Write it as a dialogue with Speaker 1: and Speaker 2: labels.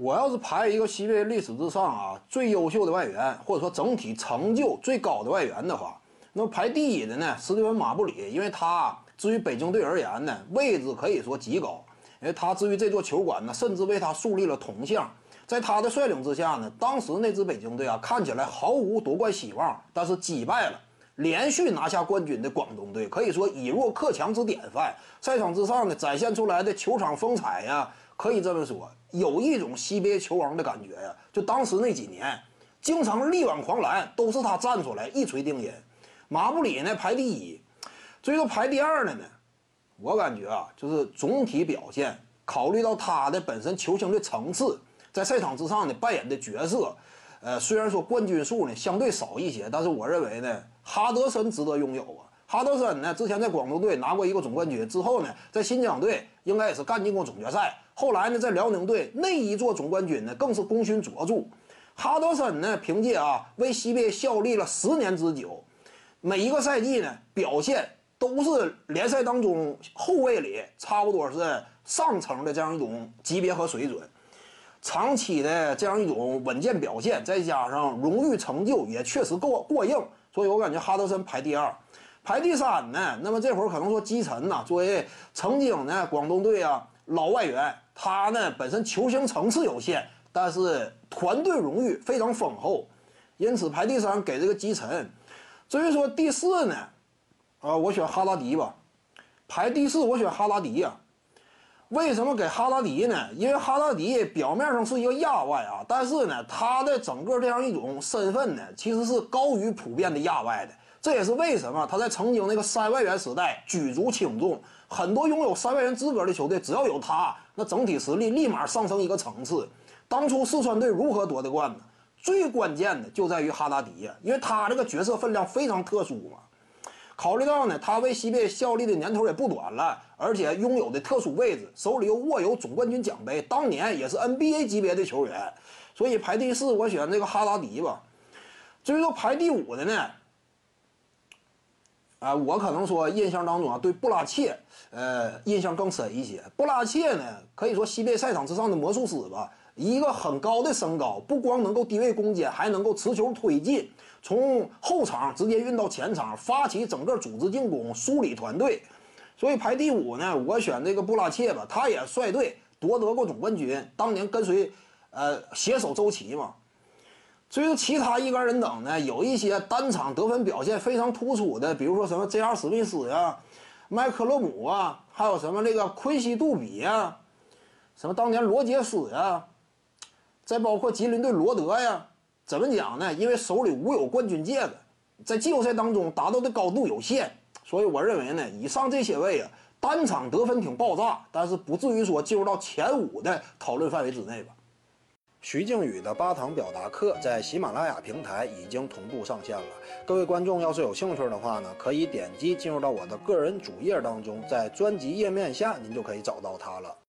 Speaker 1: 我要是排一个西北历史之上啊最优秀的外援，或者说整体成就最高的外援的话，那么排第一的呢，史蒂芬·马布里，因为他至于北京队而言呢，位置可以说极高，因为他至于这座球馆呢，甚至为他树立了铜像。在他的率领之下呢，当时那支北京队啊，看起来毫无夺冠希望，但是击败了连续拿下冠军的广东队，可以说以弱克强之典范。赛场之上呢，展现出来的球场风采呀，可以这么说，有一种西北球王的感觉呀。就当时那几年，经常力挽狂澜，都是他站出来一锤定音。马布里呢排第一，至于说排第二的呢，我感觉啊，就是总体表现，考虑到他的本身球星的层次，在赛场之上呢扮演的角色，虽然说冠军数呢相对少一些，但是我认为呢，哈德森值得拥有啊。哈德森呢之前在广东队拿过一个总冠军，之后呢在新疆队应该也是干进过总决赛，后来呢在辽宁队那一座总冠军呢更是功勋卓著。哈德森呢凭借为西北效力了10年之久，每一个赛季呢表现都是联赛当中后卫里差不多是上层的这样一种级别和水准。长期的这样一种稳健表现，再加上荣誉成就也确实过硬，所以我感觉哈德森排第二。排第三呢，那么这会儿可能说基晨呐，作为曾经呢广东队老外援，他呢本身球星层次有限，但是团队荣誉非常丰厚，因此排第三给这个基晨。至于说第四呢，我选哈达迪吧。排第四我选哈达迪呀。为什么给哈达迪呢？因为哈达迪表面上是一个亚外但是呢，他的整个这样一种身份呢，其实是高于普遍的亚外的。这也是为什么他在曾经那个3外援时代举足轻重，很多拥有3外援资格的球队，只要有他，那整体实力立马上升一个层次。当初四川队如何夺得冠呢？最关键的就在于哈达迪呀，因为他这个角色分量非常特殊嘛。考虑到呢，他为西北效力的年头也不短了，而且拥有的特殊位置，手里又握有总冠军奖杯，当年也是 NBA 级别的球员，所以排第四我选这个哈达迪吧。至于说排第五的呢，我可能说印象当中对布拉切印象更深一些。布拉切呢，可以说西北赛场之上的魔术师吧，一个很高的身高，不光能够低位攻坚，还能够持球推进，从后场直接运到前场，发起整个组织进攻，梳理团队。所以排第五呢，我选这个布拉切吧，他也率队夺得过总冠军，当年跟随携手周琦嘛。至于其他一干人等呢，有一些单场得分表现非常突出的，比如说什么 J.R. 史密斯呀、麦克勒姆还有什么这个昆西杜比什么当年罗杰斯再包括吉林队罗德怎么讲呢？因为手里无有冠军戒指，在季后赛当中达到的高度有限，所以我认为呢，以上这些位单场得分挺爆炸，但是不至于说进入到前5的讨论范围之内吧。徐静宇的8堂表达课在喜马拉雅平台已经同步上线了，各位观众要是有兴趣的话呢，可以点击进入到我的个人主页当中，在专辑页面下您就可以找到它了。